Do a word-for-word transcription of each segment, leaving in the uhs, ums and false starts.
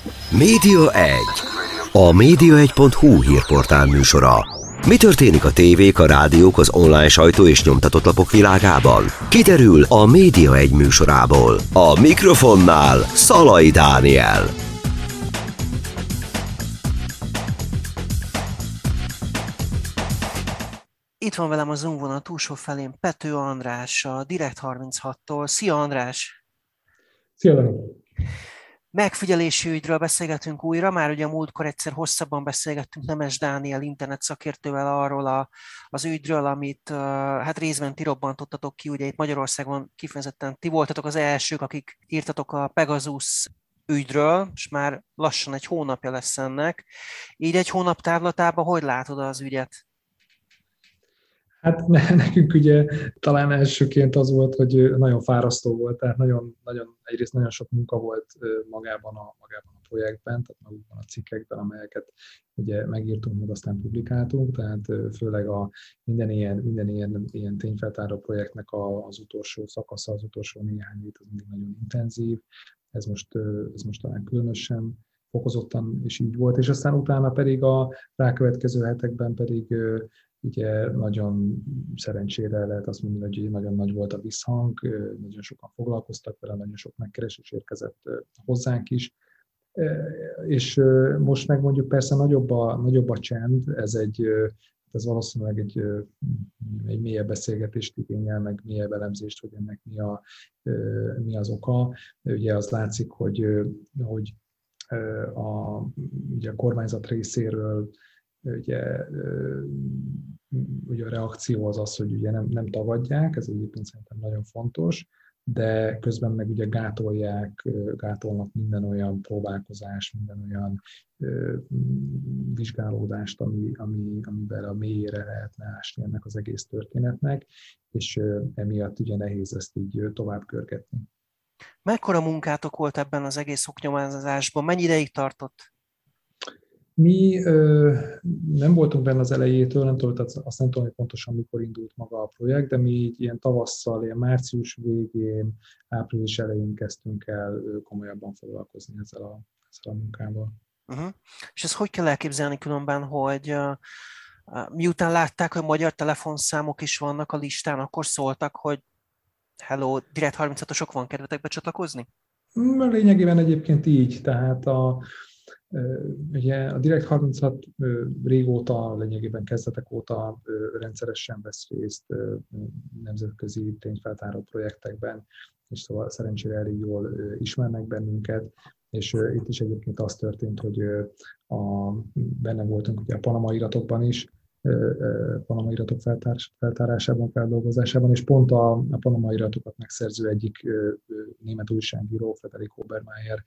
Média egy. A média egy pont hu hírportál műsora. Mi történik a tévék, a rádiók, az online sajtó és nyomtatott lapok világában? Kiderül a Média egy műsorából. A mikrofonnál Szalai Dániel. Itt van velem a Zoom vonal túlsó felén Pető András, a Direkt harminchattól. Szia András! Szia Dani! Megfigyelési ügyről beszélgetünk újra, már ugye a múltkor egyszer hosszabban beszélgettünk Nemes Dániel internet szakértővel arról a, az ügyről, amit uh, hát részben ti robbantottatok ki, ugye itt Magyarországon kifejezetten ti voltatok az elsők, akik írtatok a Pegasus ügyről, és már lassan egy hónapja lesz ennek. Így egy hónap távlatában hogy látod az ügyet? Hát nekünk ugye talán elsőként az volt, hogy nagyon fárasztó volt, tehát nagyon, nagyon, egyrészt nagyon sok munka volt magában a, magában a projektben, tehát magukban a cikkekben, amelyeket ugye megírtunk, meg aztán publikáltunk, tehát főleg a minden ilyen, minden ilyen, ilyen tényfeltáró projektnek a, az utolsó szakasza, az utolsó néhány hét az mindig nagyon intenzív, ez most, ez most talán különösen fokozottan is így volt, és aztán utána pedig a rákövetkező hetekben pedig ugye nagyon szerencsére lehet azt mondani, hogy nagyon nagy volt a visszhang, nagyon sokan foglalkoztak vele, nagyon sok megkeresés érkezett hozzánk is, és most meg mondjuk persze nagyobb a, nagyobb a csend, ez egy, ez valószínűleg egy, egy mélyebb beszélgetést igényel, meg mélyebb elemzést, hogy ennek mi, a, mi az oka. Ugye az látszik, hogy, hogy a, ugye a kormányzat részéről Ugye, ugye a reakció az az, hogy ugye nem, nem tagadják, ez egyébként szerintem nagyon fontos, de közben meg ugye gátolják, gátolnak minden olyan próbálkozás, minden olyan ö, vizsgálódást, ami, ami, amiben a mélyére lehetne ásni ennek az egész történetnek, és ö, emiatt ugye nehéz ezt így tovább görgetni. Mekkora munkátok volt ebben az egész oknyomozásban? Mennyi ideig tartott? Mi ö, nem voltunk benne az elejétől, nem tudom, azt nem tudom, hogy pontosan mikor indult maga a projekt, de mi így ilyen tavasszal, ilyen március végén, április elején kezdtünk el komolyabban foglalkozni ezzel a, ezzel a munkával. Uh-huh. És ezt hogy kell elképzelni különben, hogy uh, miután látták, hogy magyar telefonszámok is vannak a listán, akkor szóltak, hogy hello, Direkt harminchatosok, van kedvetek becsatlakozni? Lényegében egyébként így, tehát a Ugye a Direkt harminchat régóta, lényegében kezdetek óta rendszeresen vesz részt nemzetközi tényfeltáró projektekben, és szóval szerencsére elég jól ismernek bennünket, és itt is egyébként az történt, hogy a, benne voltunk ugye a Panama iratokban is, Panama iratok feltárásában, feldolgozásában, és pont a, a Panama iratokat megszerző egyik német újságíró, Federico Obermeier,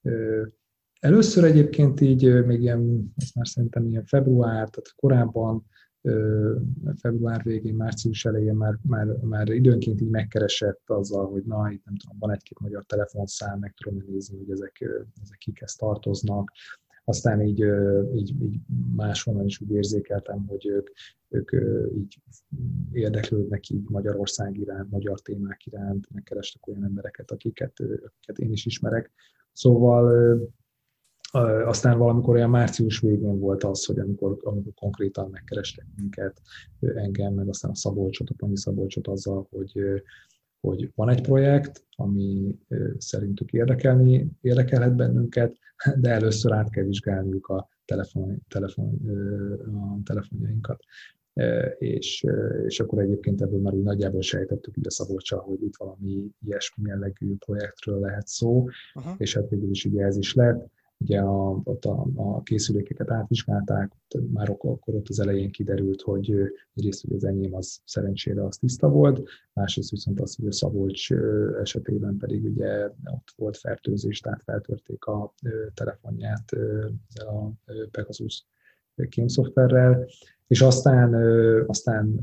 először egyébként így még ilyen, ezt már szerintem ilyen február, tehát korábban, február végén, március elején már, már, már időnként így megkeresett azzal, hogy na, itt nem tudom, van egy-két magyar telefonszám, meg tudom nézni, hogy ezek, ezek kikhez tartoznak. Aztán így, így, így máshonnan is úgy érzékeltem, hogy ők, ők így érdeklődnek így Magyarország iránt, magyar témák iránt, megkerestek olyan embereket, akiket, akiket én is ismerek. Szóval aztán valamikor olyan március végén volt az, hogy amikor, amikor konkrétan megkerestek minket, engem, meg aztán a Szabolcsot, a Panyi Szabolcsot azzal, hogy, hogy van egy projekt, ami szerintük érdekelni, érdekelhet bennünket, de először át kell vizsgálniuk a, telefon, telefon, a telefonjainkat. És, és akkor egyébként ebből már úgy nagyjából sejtettük így a Szabolcsa, hogy itt valami ilyesmi jellegű projektről lehet szó, uh-huh. És hát végül is ugye ez is lett. Ugye a, ott a, a készülékeket átvizsgálták, már akkor ott az elején kiderült, hogy egyrészt, hogy az enyém az szerencsére az tiszta volt, másrészt viszont az, hogy a Szabolcs esetében pedig ugye ott volt fertőzés, tehát feltörték a telefonját ezzel a Pegasus kémszoftverrel, és aztán, aztán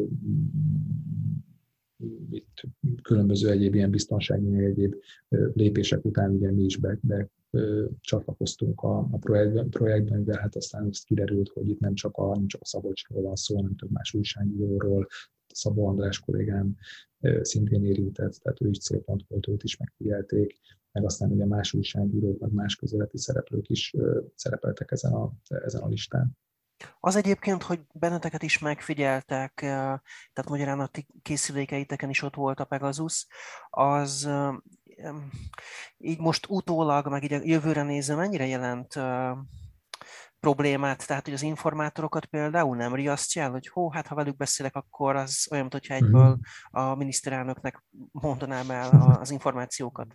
itt különböző egyéb ilyen biztonsági egyéb lépések után ugye mi is be, be csatlakoztunk a, a projektben, projektben, mivel hát aztán azt kiderült, hogy itt nem csak a, nem csak a Szabolcsról van szó, hanem több más újságíróról. A Szabó András kollégám szintén érintett, tehát ő is célpont volt, őt is megfigyelték, meg aztán ugye más újságírók, meg más közéleti szereplők is szerepeltek ezen a, ezen a listán. Az egyébként, hogy benneteket is megfigyeltek, tehát magyarán a ti készülékeiteken is ott volt a Pegasus, az így most utólag, meg így a jövőre nézve mennyire jelent problémát, tehát hogy az informátorokat például nem riasztja el, hogy hó, hát ha velük beszélek, akkor az olyan, mintha egyből a miniszterelnöknek mondanám el az információkat.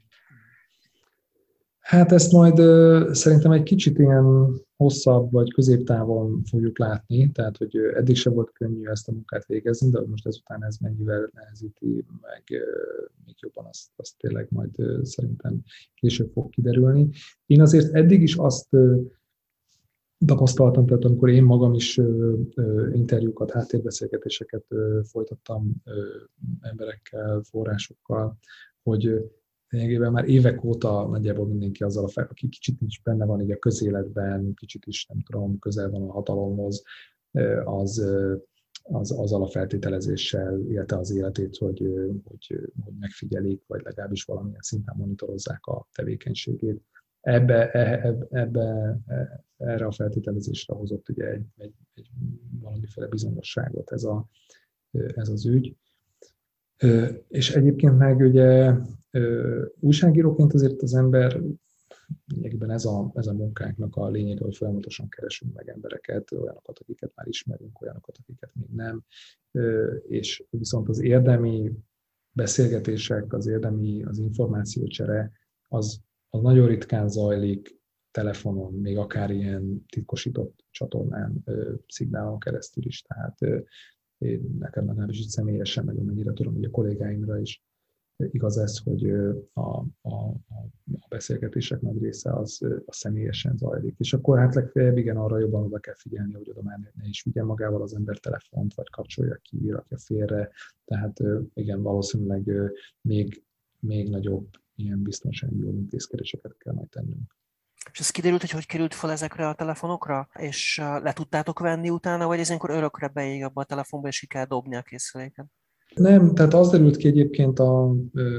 Hát ezt majd uh, szerintem egy kicsit ilyen hosszabb vagy középtávon fogjuk látni, tehát hogy eddig sem volt könnyű ezt a munkát végezni, de most ezután ez mennyivel nehezíti meg uh, még jobban, azt, azt tényleg majd uh, szerintem később fog kiderülni. Én azért eddig is azt uh, tapasztaltam, tehát amikor én magam is uh, uh, interjúkat, háttérbeszélgetéseket uh, folytattam uh, emberekkel, forrásokkal, hogy uh, lényegében már évek óta nagyjából mindenki azzal a fel, aki kicsit is benne van így a közéletben, kicsit is nem tudom, közel van a hatalomhoz, az, az azzal a feltételezéssel élte az életét, hogy, hogy, hogy megfigyelik, vagy legalábbis valamilyen szinten monitorozzák a tevékenységét. Ebbe, ebbe, ebbe, erre a feltételezésre hozott ugye egy, egy, egy valamiféle bizonyosságot ez, a, ez az ügy. És egyébként meg ugye újságíróként azért az ember, lényegében ez a, ez a munkánknak a lényege, hogy folyamatosan keresünk meg embereket, olyanokat, akiket már ismerünk, olyanokat, akiket még nem, és viszont az érdemi beszélgetések, az érdemi, az információcsere, az, az nagyon ritkán zajlik telefonon, még akár ilyen titkosított csatornán, szignálon keresztül is, tehát én nekem legalábbis így személyesen, meg amennyire tudom, hogy a kollégáimra is igaz ez, hogy a, a, a beszélgetések nagy része az, az személyesen zajlik. És akkor hát legfeljebb igen, arra jobban oda kell figyelni, hogy oda már ne is vigyen magával az ember telefont, vagy kapcsolja ki, rakja félre. Tehát igen, valószínűleg még, még nagyobb ilyen biztonsági intézkedéseket kell majd tennünk. És ez kiderült, hogy hogy került fel ezekre a telefonokra, és le tudtátok venni utána, vagy ezenkor örökre beég abba a telefonba, és ki kell dobni a készüléket? Nem, tehát az derült ki egyébként a, a,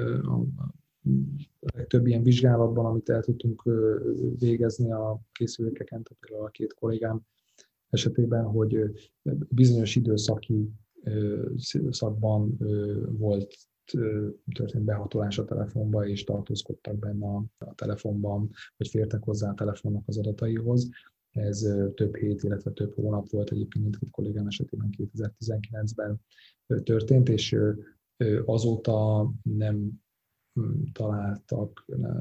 a legtöbb ilyen vizsgálatban, amit el tudtunk végezni a készülékeken, tehát például a két kollégám esetében, hogy bizonyos időszaki szakban volt történt behatolás a telefonba, és tartózkodtak benne a, a telefonban, vagy fértek hozzá a telefonnak az adataihoz. Ez több hét, illetve több hónap volt egyébként mindkét kollégám esetében kétezer-tizenkilencben történt, és azóta nem találtak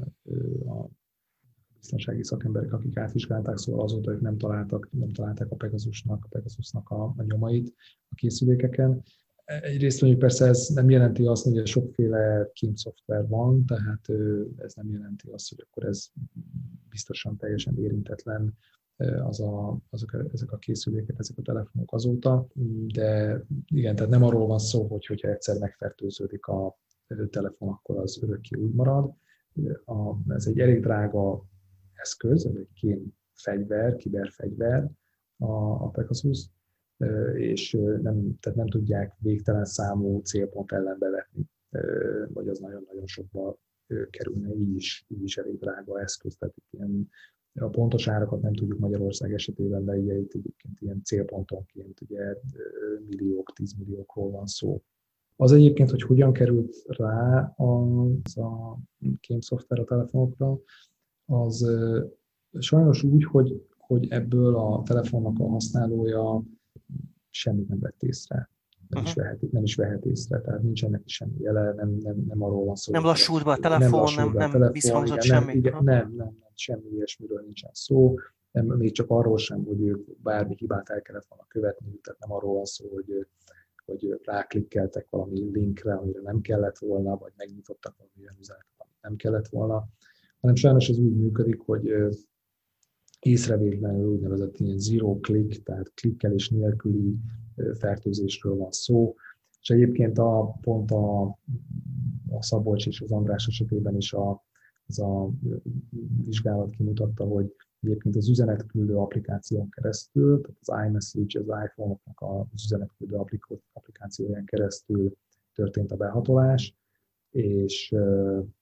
a biztonsági szakemberek, akik átvizsgálták, szóval azóta ők nem találtak, nem találták a Pegasusnak, a Pegasusnak a, a nyomait a készülékeken. Egyrészt mondjuk persze ez nem jelenti azt, hogy sokféle kémszoftver van, tehát ez nem jelenti azt, hogy akkor ez biztosan teljesen érintetlen az a, azok, ezek a készülékek, ezek a telefonok azóta, de igen, tehát nem arról van szó, hogy hogyha egyszer megfertőződik a telefon, akkor az örökké úgy marad. A, ez egy elég drága eszköz, ez egy kém fegyver, kiberfegyver, a, a Pegasus, és nem, tehát nem tudják végtelen számú célpont ellen bevetni, vagy az nagyon-nagyon sokba kerülne, így is, így is elég drága eszköz, tehát ilyen, a pontos árakat nem tudjuk Magyarország esetében, de ugye itt egyébként ilyen célpontonként ugye milliók, tízmilliókról van szó. Az egyébként, hogy hogyan került rá az a kémszoftver a telefonokra, az sajnos úgy, hogy, hogy ebből a telefonnak a használója semmit nem vett észre. Nem, uh-huh. is vehet, nem is vehet észre, tehát nincsen neki semmi jele, nem, nem, nem arról van szó. Nem lassult be a telefon, nem, nem, nem visszhangzott semmi. Nem, igen, nem, nem, nem, semmi ilyesmiről nincsen szó, nem, még csak arról sem, hogy ők bármi hibát el kellett volna követni, tehát nem arról van szó, hogy, hogy ráklikkeltek valami linkre, amire nem kellett volna, vagy megnyitottak valami olyan üzenetet, amit nem kellett volna, hanem sajnos ez úgy működik, hogy észrevétlenül úgynevezett ilyen zero click, tehát klikkelés nélküli fertőzésről van szó, és egyébként a, pont a, a Szabolcs és az András esetében is a, az a vizsgálat kimutatta, hogy egyébként az üzenetküldő applikáción keresztül, tehát az iMessage, az iPhone-oknak az üzenetküldő applikációján keresztül történt a behatolás, és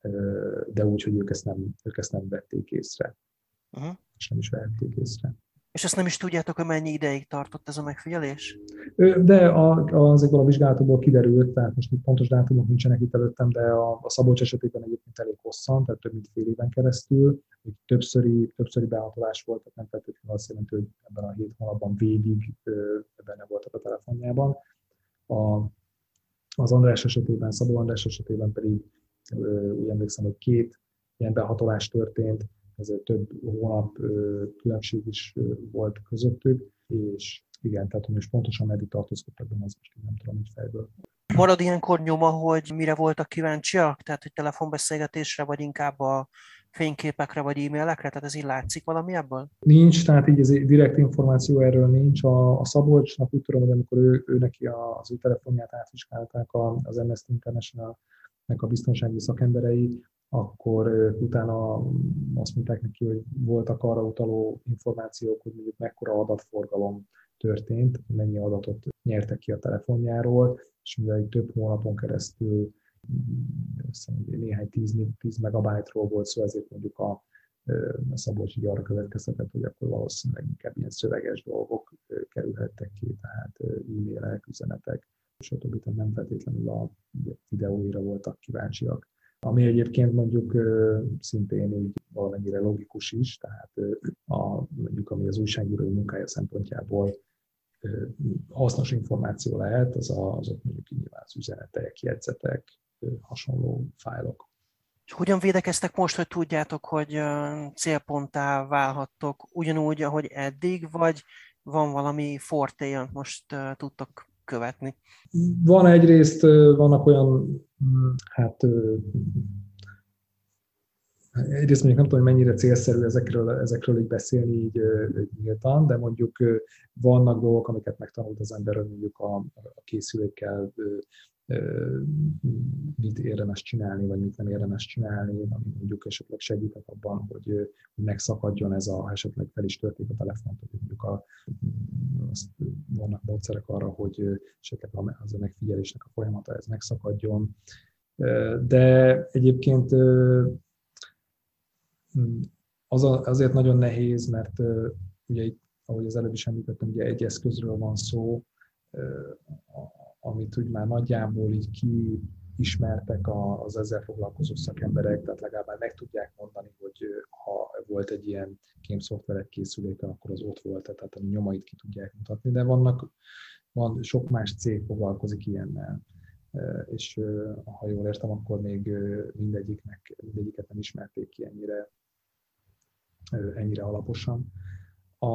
de úgy, hogy ők ezt nem, ők ezt nem vették észre, Uh-huh. és nem is vehették észre. És azt nem is tudjátok, hogy mennyi ideig tartott ez a megfigyelés? De a, azokból a vizsgálatokból kiderült, tehát most pontos dátumok nincsenek itt előttem, de a, a Szabolcs esetében egyébként elég hosszan, tehát több mint fél éven keresztül, többszöri, többszöri behatolás volt, tehát nem feltétlenül azt jelenti, hogy ebben a hét hónapban végig benne voltak a telefonjában. A, az András esetében, Szabó András esetében pedig úgy emlékszem, hogy két ilyen behatolás történt, ezért több hónap különbség is volt közöttük, és igen, tehát hogy most pontosan meddig tartózkodtak benne, azt most nem tudom így fejből. Marad ilyenkor nyoma, hogy mire voltak kíváncsiak? Tehát, hogy telefonbeszélgetésre, vagy inkább a fényképekre, vagy e-mailekre? Tehát ez így látszik valami ebből? Nincs, tehát így ez direkt információ erről nincs. A, a Szabolcsnak úgy tudom, hogy amikor ő, ő neki az ő telefonját átvizsgálták az Amnesty International-nek a biztonsági szakemberei, akkor utána azt mondták neki, hogy voltak arra utaló információk, hogy mondjuk mekkora adatforgalom történt, mennyi adatot nyertek ki a telefonjáról, és mivel egy több hónapon keresztül néhány tíz, tíz megabájtról volt szó, ezért mondjuk a, a Szabolcs így arra következtetett, hogy akkor valószínűleg inkább ilyen szöveges dolgok kerülhettek ki, tehát e-mailek, üzenetek, stb. Tehát nem feltétlenül a videóira voltak kíváncsiak. Ami egyébként mondjuk szintén így valamennyire logikus is, tehát a, mondjuk ami az újságírói munkája szempontjából hasznos információ lehet, az a, azok mondjuk nyilván az üzenetek, jegyzetek, hasonló fájlok. És hogyan védekeztek most, hogy tudjátok, hogy célponttá válhattok ugyanúgy, ahogy eddig, vagy van valami forté, amit most tudtok követni? Van egyrészt, vannak olyan, hát egyrészt mondjuk nem tudom, hogy mennyire célszerű ezekről, ezekről így beszélni így, így nyíltan, de mondjuk vannak dolgok, amiket megtanult az ember, hogy mondjuk a, a készülékkel mit érdemes csinálni, vagy mit nem érdemes csinálni, ami mondjuk esetleg segített abban, hogy megszakadjon ez a, esetleg fel is törték a telefont, hogy mondjuk a, azt, vannak módszerek arra, hogy esetleg az a megfigyelésnek a folyamata ez megszakadjon. De egyébként az a, azért nagyon nehéz, mert ugye itt, ahogy az előbb is említettem, ugye egy eszközről van szó, amit úgy már nagyjából így kiismertek az ezzel foglalkozó szakemberek, tehát legalább már meg tudják mondani, hogy ha volt egy ilyen kémszoftverek készüléken, akkor az ott volt, tehát a nyomait ki tudják mutatni, de vannak, van sok más cég foglalkozik ilyennel, és ha jól értem, akkor még mindegyiknek, mindegyiket nem ismerték ki ennyire, ennyire alaposan. A,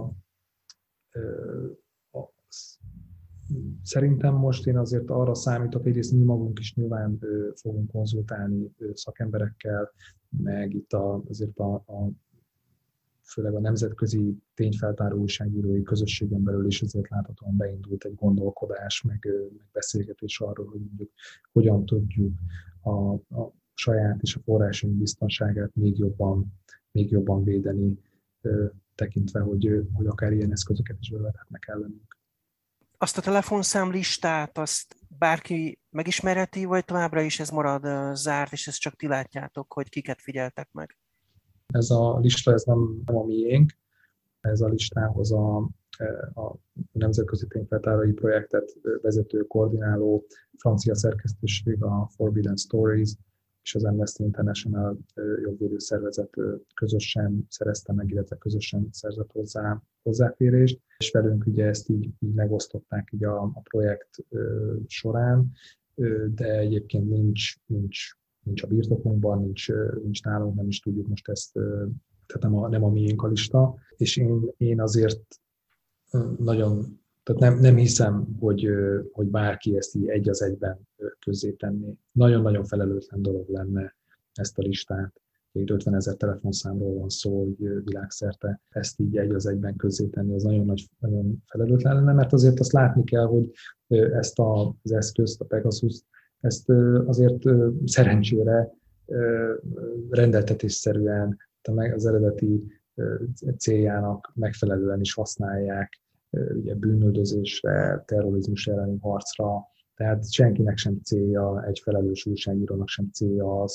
a, Szerintem most én azért arra számítok, egyrészt mi magunk is nyilván fogunk konzultálni szakemberekkel, meg itt a, azért a, a főleg a nemzetközi tényfeltáró újságírói közösségen belül is azért láthatóan beindult egy gondolkodás, meg, meg beszélgetés arról, hogy mondjuk hogyan tudjuk a, a saját és a forrásaink biztonságát még jobban, még jobban védeni, tekintve, hogy, hogy akár ilyen eszközöket is bevethetnek ellenünk. Azt a telefonszámlistát, azt bárki megismerheti, vagy továbbra is ez marad zárt, és ezt csak ti látjátok, hogy kiket figyeltek meg? Ez a lista, ez nem, nem a miénk. Ez a listához a, a Nemzetközi Tényfeltárói Projektet vezető, koordináló francia szerkesztőség, a Forbidden Stories és az Amnesty International jogvédő szervezet közösen szerezte meg, illetve közösen szerzett hozzá hozzáférést, és velünk ugye ezt így, így megosztották így a, a projekt során, de egyébként nincs, nincs, nincs a birtokunkban, nincs, nincs nálunk, nem is tudjuk most ezt, tehát nem a, nem a miénk a lista, és én, én azért nagyon, tehát nem, nem hiszem, hogy, hogy bárki ezt így egy az egyben közzétenné. Nagyon-nagyon felelőtlen dolog lenne ezt a listát. Itt ötvenezer telefonszámról van szó, hogy világszerte ezt így egy az egyben közzétenni, az nagyon nagy, nagyon felelőtlen lenne, mert azért azt látni kell, hogy ezt az eszközt, a Pegasus, ezt azért szerencsére rendeltetésszerűen az eredeti céljának megfelelően is használják, ugye bűnüldözésre, terrorizmus elleni harcra, tehát senkinek sem célja, egy felelős újságírónak sem célja az,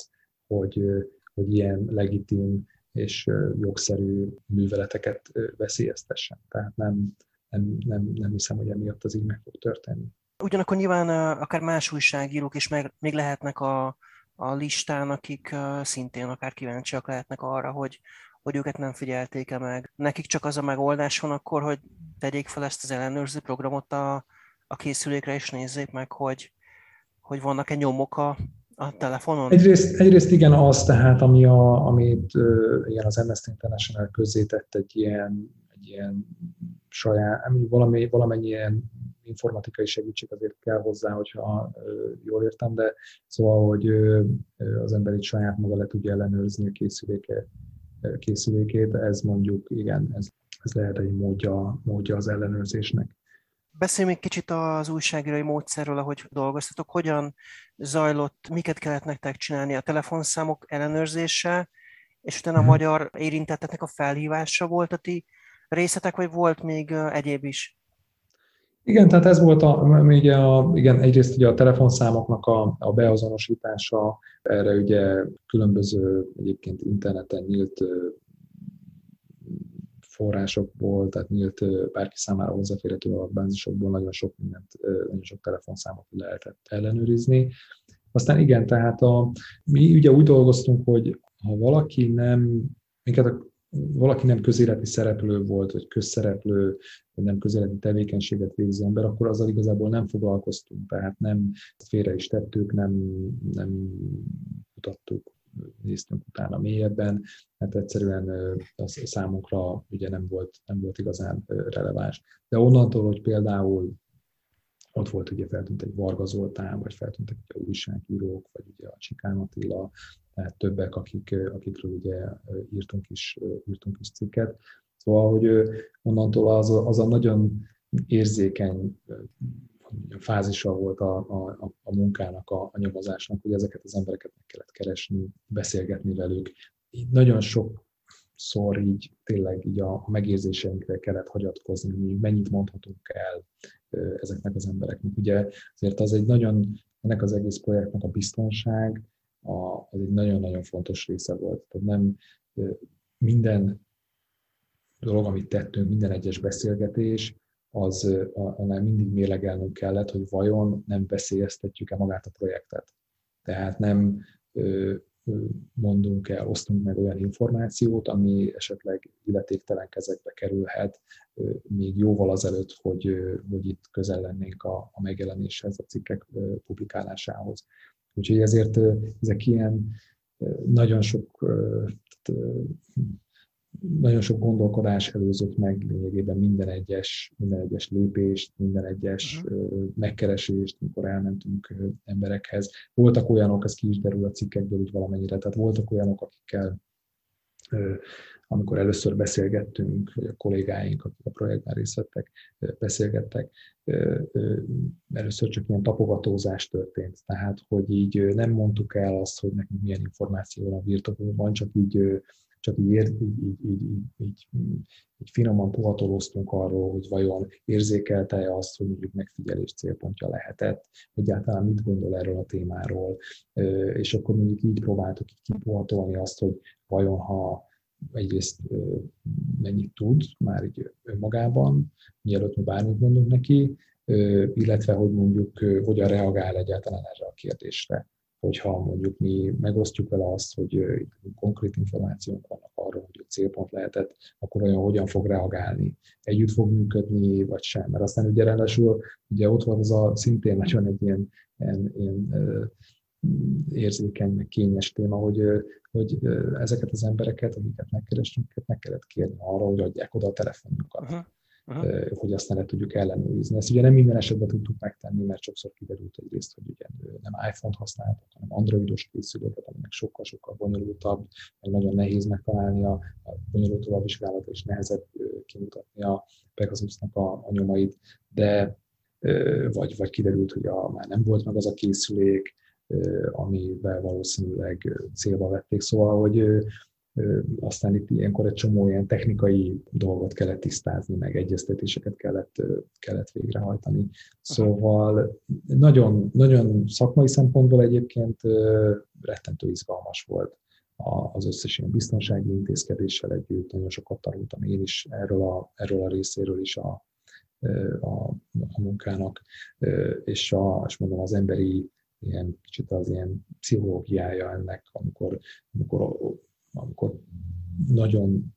hogy, hogy ilyen legitim és jogszerű műveleteket veszélyeztessen. Tehát nem, nem, nem, nem hiszem, hogy emiatt az így meg fog történni. Ugyanakkor nyilván akár más újságírók is meg, még lehetnek a, a listán, akik szintén akár kíváncsiak lehetnek arra, hogy, hogy őket nem figyelték-e meg. Nekik csak az a megoldás van akkor, hogy tegyék fel ezt az ellenőrző programot a, a készülékre, és nézzék meg, hogy, hogy vannak-e nyomok a, a telefonon? Egyrészt, egyrészt igen az, tehát ami a, amit igen, az Amnesty International közzétett egy ilyen, egy ilyen saját, valami, valamennyi ilyen informatikai segítség azért kell hozzá, hogyha jól értem, de szóval, hogy az ember itt saját maga le tudja ellenőrizni a készüléke, készülékét, ez mondjuk, igen, ez, ez lehet egy módja, módja az ellenőrzésnek. Beszélj még kicsit az újságírói módszerről, ahogy dolgoztatok. Hogyan zajlott, miket kellett nektek csinálni? A telefonszámok ellenőrzése, és utána a Uh-huh. magyar érintetteknek a felhívása volt a ti részletek, vagy volt még egyéb is? Igen, tehát ez volt a, ugye a, igen, egyrészt ugye a telefonszámoknak a, a beazonosítása, erre ugye különböző egyébként interneten nyílt forrásokból, tehát nyílt bárki számára hozzáférhető adatbázisokból nagyon sok mindent, nagyon sok telefonszámot lehetett ellenőrizni. Aztán igen, tehát a, mi ugye úgy dolgoztunk, hogy ha valaki nem, minket a, valaki nem közéleti szereplő volt, vagy közszereplő, vagy nem közéleti tevékenységet végző ember, akkor azzal igazából nem foglalkoztunk, tehát nem félre is tettük, nem, nem mutattuk, néztünk utána mélyebben, mert egyszerűen az számunkra ugye nem volt, nem volt igazán releváns. De onnantól, hogy például ott volt ugye feltűnt egy Varga Zoltán, vagy feltűntek ugye újságírók, vagy ugye a Csikán Attila, tehát többek, akik, akikről ugye írtunk is, írtunk is cikket. Szóval, hogy onnantól az, az a nagyon érzékeny fázisa volt a, a, a munkának, a, a nyomozásnak, hogy ezeket az embereket meg kellett keresni, beszélgetni velük. Így nagyon sokszor így tényleg így a, a megérzéseinkre kellett hagyatkozni, hogy mennyit mondhatunk el ezeknek az embereknek. Ugye azért az egy nagyon, ennek az egész projektnek a biztonság, a, az egy nagyon-nagyon fontos része volt. Tehát nem minden dolog, amit tettünk, minden egyes beszélgetés, az annál mindig mérlegelnünk kellett, hogy vajon nem veszélyeztetjük-e magát a projektet. Tehát nem mondunk el, osztunk meg olyan információt, ami esetleg illetéktelen kezekbe kerülhet, még jóval azelőtt, hogy, hogy itt közel lennénk a, a megjelenéshez, a cikkek publikálásához. Úgyhogy ezért ezek ilyen nagyon sok, nagyon sok gondolkodás előzött meg lényegében minden egyes, minden egyes lépést, minden egyes uh-huh. megkeresést, amikor elmentünk emberekhez. Voltak olyanok, ez ki is derül a cikkekből így valamennyire, tehát voltak olyanok, akikkel amikor először beszélgettünk, vagy a kollégáink, akik a projektben részt vettek, beszélgettek, először csak ilyen tapogatózás történt. Tehát, hogy így nem mondtuk el azt, hogy nekünk milyen információ van a birtokunkban, csak így, csak így, így, így, így, így, így finoman puhatolóztunk arról, hogy vajon érzékelte azt, hogy mondjuk megfigyelés célpontja lehetett, egyáltalán mit gondol erről a témáról, és akkor mondjuk így próbáltuk kipuhatolni azt, hogy vajon ha egyrészt mennyit tud már így önmagában, mielőtt mi bármit mondunk neki, illetve hogy mondjuk hogyan reagál egyáltalán erre a kérdésre. Hogyha mondjuk mi megosztjuk vele azt, hogy konkrét információk vannak arról, hogy a célpont lehetett, akkor olyan hogyan fog reagálni, együtt fog működni, vagy sem. Mert aztán ugye ráadásul ugye ott van az a szintén nagyon egy ilyen, ilyen, ilyen érzékeny, meg kényes téma, hogy, hogy ezeket az embereket, akiket megkerestünk, meg kellett kérni arra, hogy adják oda a telefonjukat, uh-huh. Uh-huh. hogy azt ne tudjuk ellenőrizni. Ezt ugye nem minden esetben tudtuk megtenni, mert sokszor kiderült egyrészt, hogy ugye nem iPhone-t használtak, hanem androidos készüléket, aminek sokkal-sokkal bonyolultabb, meg nagyon nehéz megtalálni a, a bonyolultabb a vizsgálat, és nehezebb kimutatni a Pegasusnak a, a nyomait, de vagy, vagy kiderült, hogy a, már nem volt meg az a készülék, amivel valószínűleg célba vették. Szóval, hogy aztán itt ilyenkor egy csomó ilyen technikai dolgot kellett tisztázni, meg egyeztetéseket kellett, kellett végrehajtani. Szóval nagyon, nagyon szakmai szempontból egyébként rettentő izgalmas volt az összes ilyen biztonsági intézkedéssel együtt. Nagyon sokat tanultam én is erről a, erről a részéről is a, a, a munkának, és, a, és mondom, az emberi ilyen kicsit az ilyen pszichológiája ennek, amikor, amikor, amikor nagyon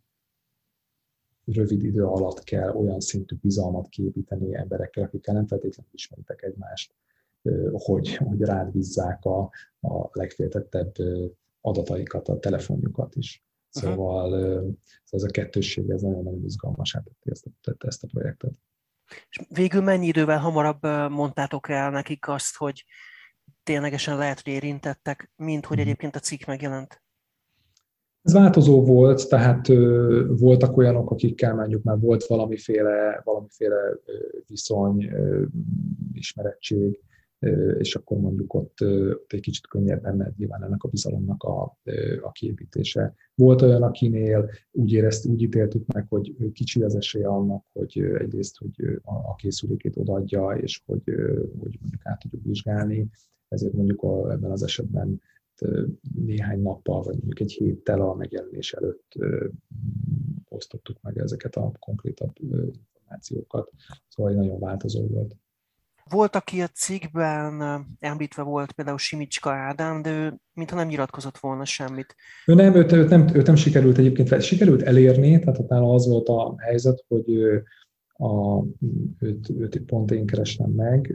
rövid idő alatt kell olyan szintű bizalmat kiépíteni emberekkel, akikkel nem feltétlenül ismeritek egymást, hogy, hogy rád bízzák a, a legféltettebb adataikat, a telefonjukat is. Szóval uh-huh. ez a kettősség, ez nagyon-nagyon izgalmasá tette ezt, tette ezt a projektet. És végül mennyi idővel hamarabb mondtátok el nekik azt, hogy ténylegesen lehet, hogy érintettek, mint hogy egyébként a cikk megjelent? Ez változó volt, tehát ö, voltak olyanok, akikkel mondjuk már volt valamiféle, valamiféle ö, viszony, ö, ismerettség, ö, és akkor mondjuk ott, ö, ott egy kicsit könnyebben megy nyilván ennek a bizalomnak a, ö, a kiépítése. Volt olyan, akinél úgy érezt, úgy ítéltük meg, hogy kicsi az esélye annak, hogy egyrészt, hogy a, a készülékét odaadja, és hogy, hogy mondjuk át tudjuk vizsgálni. Ezért mondjuk a, ebben az esetben néhány nappal, vagy mondjuk egy héttel a megjelenés előtt osztottuk meg ezeket a konkrétabb információkat. Szóval nagyon változó volt. Volt, aki a cikkben említve volt, például Simicska Ádám, de ő mintha nem nyilatkozott volna semmit. Ő nem, őt, őt nem, őt nem sikerült egyébként, sikerült elérni, tehát utána az volt a helyzet, hogy a, őt, őt pont én kerestem meg,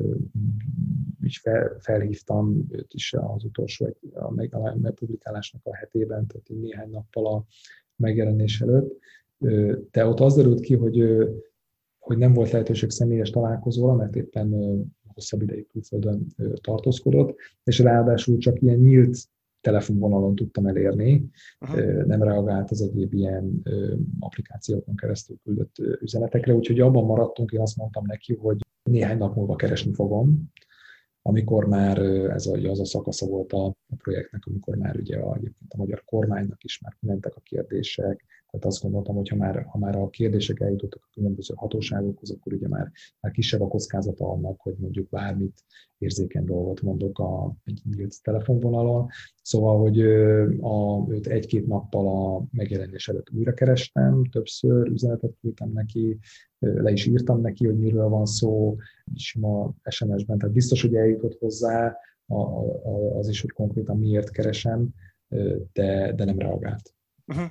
és fel, felhívtam őt is az utolsó a megpublikálásnak a hetében, tehát néhány nappal a megjelenés előtt, de ott az derült ki, hogy, hogy nem volt lehetőség személyes találkozóra, mert éppen hosszabb ideig külföldön tartózkodott, és ráadásul csak ilyen nyílt telefonvonalon tudtam elérni, uh-huh. nem reagált az egyéb ilyen applikációkon keresztül küldött üzenetekre, úgyhogy abban maradtunk, én azt mondtam neki, hogy néhány nap múlva keresni fogom, amikor már ez a, az a szakasza volt a, a projektnek, amikor már ugye a, a magyar kormánynak is már mentek a kérdések, tehát azt gondoltam, hogy ha már, ha már a kérdések eljutottak a különböző hatóságokhoz, akkor ugye már, már kisebb a kockázata annak, hogy mondjuk bármit érzékeny dolgot mondok a, egy nyílt telefonvonalon. Szóval, hogy a, őt egy-két nappal a megjelenés előtt újra kerestem, többször üzenetet küldtem neki, le is írtam neki, hogy miről van szó, sima es em es-ben, tehát biztos, hogy eljutott hozzá az is, hogy konkrétan miért keresem, de, de nem reagált. Uh-huh.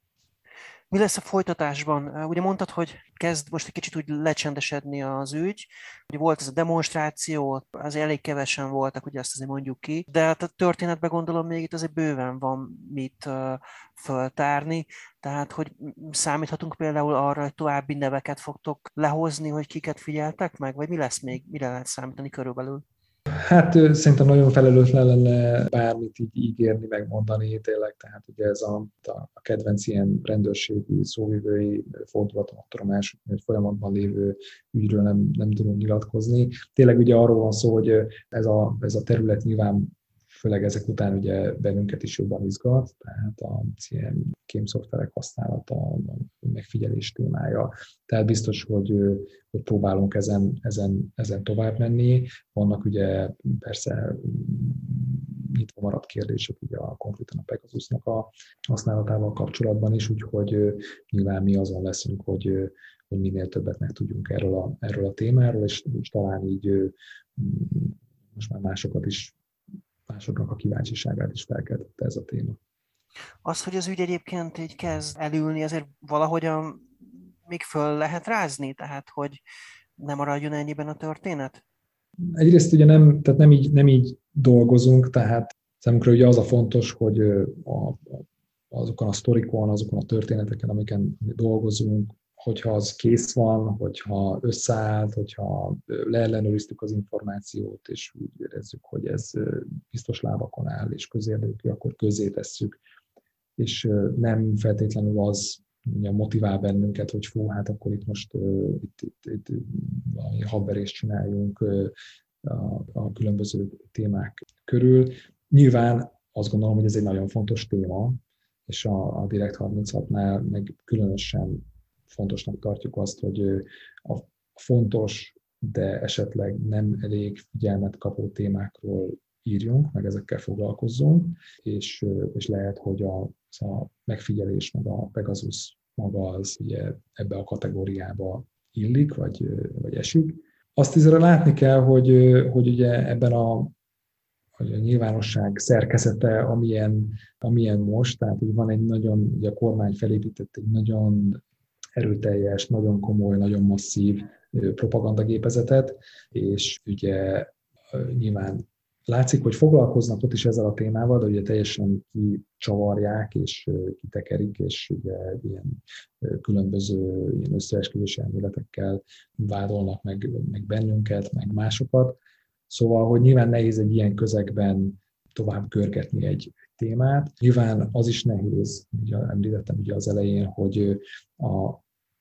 Mi lesz a folytatásban? Ugye mondtad, hogy kezd most egy kicsit úgy lecsendesedni az ügy. Ugye volt ez a demonstráció, azért elég kevesen voltak, ugye azt azért mondjuk ki, de hát a történetben gondolom még itt azért bőven van mit uh, föltárni, tehát hogy számíthatunk például arra, hogy további neveket fogtok lehozni, hogy kiket figyeltek meg, vagy mi lesz még, mire lehet számítani körülbelül? Hát szerintem nagyon felelőtlen lenne bármit így ígérni, megmondani tényleg, tehát ugye ez a, a kedvenc ilyen rendőrségi szóvivői fordulatom, tudomás, hogy folyamatban lévő ügyről nem, nem tudunk nyilatkozni. Tényleg ugye arról van szó, hogy ez a, ez a terület nyilván főleg ezek után ugye bennünket is jobban izgat, tehát a ilyen kémszoftverek használata, a megfigyelés témája. Tehát biztos, hogy, hogy próbálunk ezen, ezen, ezen tovább menni. Vannak ugye persze nyitva maradt kérdések ugye a konkrétan a Pegasusnak a használatával kapcsolatban is, úgyhogy nyilván mi azon leszünk, hogy, hogy minél többet meg tudjunk erről a, erről a témáról, és, és talán így most már másokat is másoknak a kíváncsiságát is felkeltette ez a téma. Az, hogy az ügy egyébként így kezd elülni, azért valahogyan még föl lehet rázni, tehát hogy nem maradjon ennyiben a történet? Egyrészt ugye nem, tehát nem, így, nem így dolgozunk, tehát számunkra ugye az a fontos, hogy a, azokon a sztorikon, azokon a történeteken, amiken dolgozunk, hogyha az kész van, hogyha összeállt, hogyha leellenőriztük az információt, és úgy érezzük, hogy ez biztos lábakon áll, és közérdekű, akkor közzé tesszük. És nem feltétlenül az motivál bennünket, hogy fú, hát akkor itt most itt, itt, itt valami habverést csináljunk a, a különböző témák körül. Nyilván azt gondolom, hogy ez egy nagyon fontos téma, és a, a Direkt harminchatnál meg különösen fontosnak tartjuk azt, hogy a fontos, de esetleg nem elég figyelmet kapó témákról írjunk, meg ezekkel foglalkozzunk, és, és lehet, hogy a, a megfigyelés, meg a Pegasus maga az ugye ebbe a kategóriába illik, vagy, vagy esik. Azt is látni kell, hogy, hogy ugye ebben a, hogy a nyilvánosság szerkezete, amilyen, amilyen most, tehát hogy van egy nagyon, ugye a kormány felépített egy nagyon erőteljes, nagyon komoly, nagyon masszív propagandagépezetet, és ugye nyilván látszik, hogy foglalkoznak ott is ezzel a témával, de ugye teljesen kicsavarják és kitekerik, és ugye ilyen különböző ilyen összeesküvési elméletekkel vádolnak meg, meg bennünket, meg másokat. Szóval, hogy nyilván nehéz egy ilyen közegben tovább görgetni egy témát. Nyilván az is nehéz, ugye említettem ugye az elején, hogy a,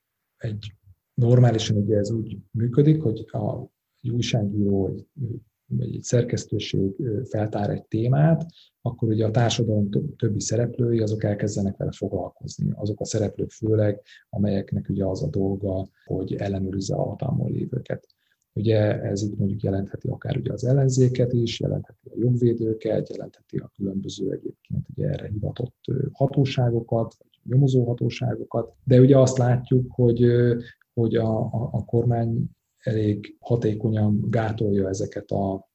egy normálisan ugye ez úgy működik, hogy a, egy újságíró, vagy egy szerkesztőség feltár egy témát, akkor ugye a társadalom többi szereplői, azok elkezdenek vele foglalkozni. Azok a szereplők főleg, amelyeknek ugye az a dolga, hogy ellenőrizze a hatalmon lévőket. Ugye ez itt mondjuk jelentheti akár ugye az ellenzéket is, jelentheti a jogvédőket, jelentheti a különböző egyébként ugye erre hivatott hatóságokat, vagy nyomozó hatóságokat, de ugye azt látjuk, hogy, hogy a, a, a kormány elég hatékonyan gátolja ezeket a,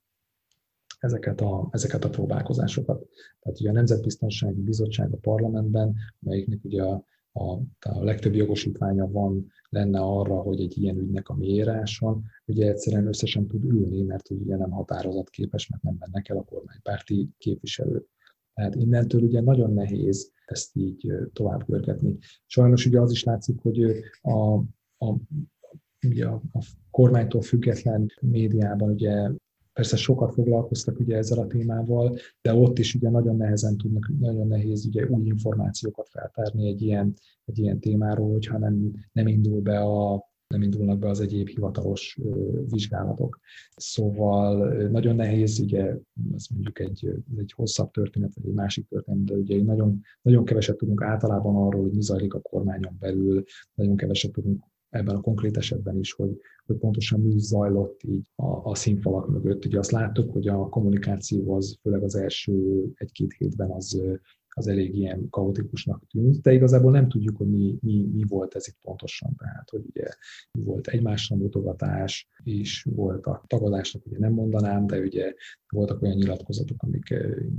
ezeket a, ezeket a próbálkozásokat. Tehát ugye a Nemzetbiztonsági Bizottság a parlamentben, amelyiknek ugye a, a, a legtöbb jogosítványa van, lenne arra, hogy egy ilyen ügynek a mélyíráson, ugye egyszerűen összesen tud ülni, mert ugye nem határozatképes, mert nem mennek el a kormánypárti képviselők. Tehát innentől ugye nagyon nehéz ezt így tovább görgetni. Sajnos ugye az is látszik, hogy a, a ugye a, a kormánytól független médiában ugye persze sokat foglalkoztak ugye ezzel a témával, de ott is ugye nagyon nehezen tudnak, nagyon nehéz ugye új információkat feltárni egy ilyen, egy ilyen témáról, hogyha nem, nem indul be a nem indulnak be az egyéb hivatalos vizsgálatok. Szóval nagyon nehéz, ugye, ez mondjuk egy, egy hosszabb történet, vagy egy másik történet, de ugye nagyon, nagyon keveset tudunk általában arról, hogy mi zajlik a kormányon belül, nagyon keveset tudunk ebben a konkrét esetben is, hogy, hogy pontosan mi zajlott így a, a színfalak mögött. Ugye azt láttuk, hogy a kommunikáció az, főleg az első egy-két hétben az, az elég ilyen kaotikusnak tűnt, de igazából nem tudjuk, hogy mi, mi, mi volt ez itt pontosan. Tehát, hogy ugye volt egymásra mutogatás, és volt a tagadásnak, ugye nem mondanám, de ugye voltak olyan nyilatkozatok, amik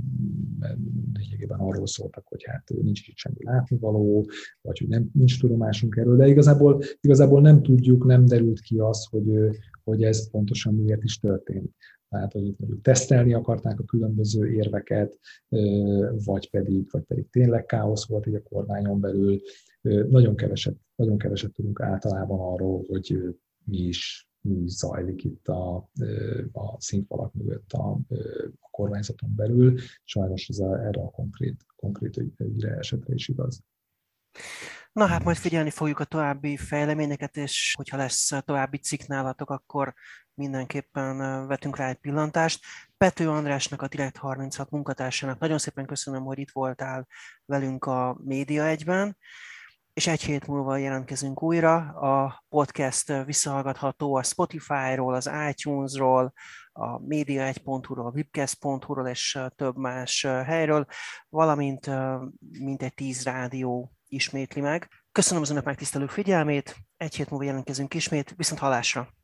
lényegében arról szóltak, hogy hát nincs itt semmi látnivaló, vagy hogy nem, nincs tudomásunk erről, de igazából, igazából nem tudjuk, nem derült ki az, hogy, hogy ez pontosan miért is történt. Tehát, hogy itt mondjuk tesztelni akarták a különböző érveket, vagy pedig, vagy pedig tényleg káosz volt így a kormányon belül. Nagyon keveset, nagyon keveset tudunk általában arról, hogy mi is, mi is zajlik itt a, a színfalak mögött a, a kormányzaton belül. Sajnos ez a, erre a konkrét, konkrét ügyre esetre is igaz. Na hát majd figyelni fogjuk a további fejleményeket, és hogyha lesz további cikk nálatok, akkor mindenképpen vetünk rá egy pillantást. Pető Andrásnak, a Direkt harminchat munkatársának nagyon szépen köszönöm, hogy itt voltál velünk a Média egyben, és egy hét múlva jelentkezünk újra. A podcast visszahallgatható a Spotify-ról, az iTunes-ról, a média egy pont hu-ról, a webcast pont hu-ról és több más helyről, valamint mintegy tíz rádió ismétli meg. Köszönöm az önök megtisztelő figyelmét, egy hét múlva jelentkezünk ismét, viszont hallásra!